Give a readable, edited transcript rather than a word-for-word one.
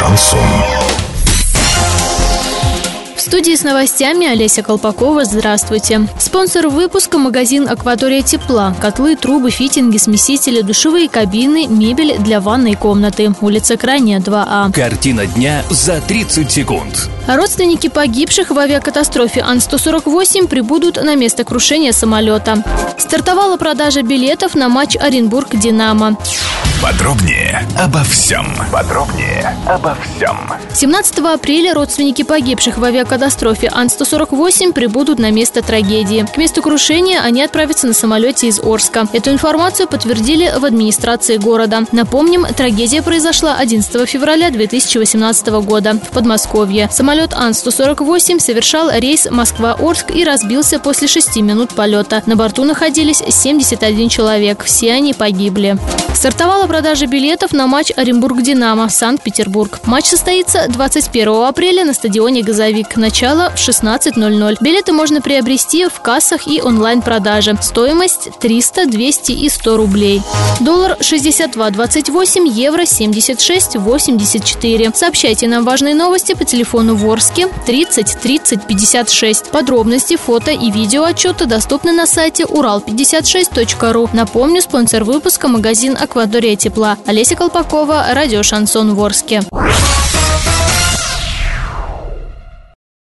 Шансон. В студии с новостями Олеся Колпакова. Здравствуйте. Спонсор выпуска — магазин «Акватория тепла». Котлы, трубы, фитинги, смесители, душевые кабины, мебель для ванной комнаты. Улица Крайняя, 2А. Картина дня за 30 секунд. Родственники погибших в авиакатастрофе Ан-148 прибудут на место крушения самолета. Стартовала продажа билетов на матч Оренбург-Динамо. Подробнее обо всем. 17 апреля родственники погибших в авиакатастрофе Ан-148 прибудут на место трагедии. К месту крушения они отправятся на самолете из Орска. Эту информацию подтвердили в администрации города. Напомним, трагедия произошла 11 февраля 2018 года в Подмосковье. Самолет Ан-148 совершал рейс Москва-Орск и разбился после 6 минут полета. На борту находились 71 человек. Все они погибли. Стартовала продажа билетов на матч Оренбург-Динамо, Санкт-Петербург. Матч состоится 21 апреля на стадионе «Газовик». Начало в 16:00. Билеты можно приобрести в кассах и онлайн-продаже. Стоимость 300, 200 и 100 рублей. Доллар 62.28, евро 76.84. Сообщайте нам важные новости по телефону в Орске 30 30 56. Подробности, фото и видео отчеты доступны на сайте урал56.ру. Напомню, спонсор выпуска — магазин «Акватория тепла». Олеся Колпакова, радио «Шансон» в Орске.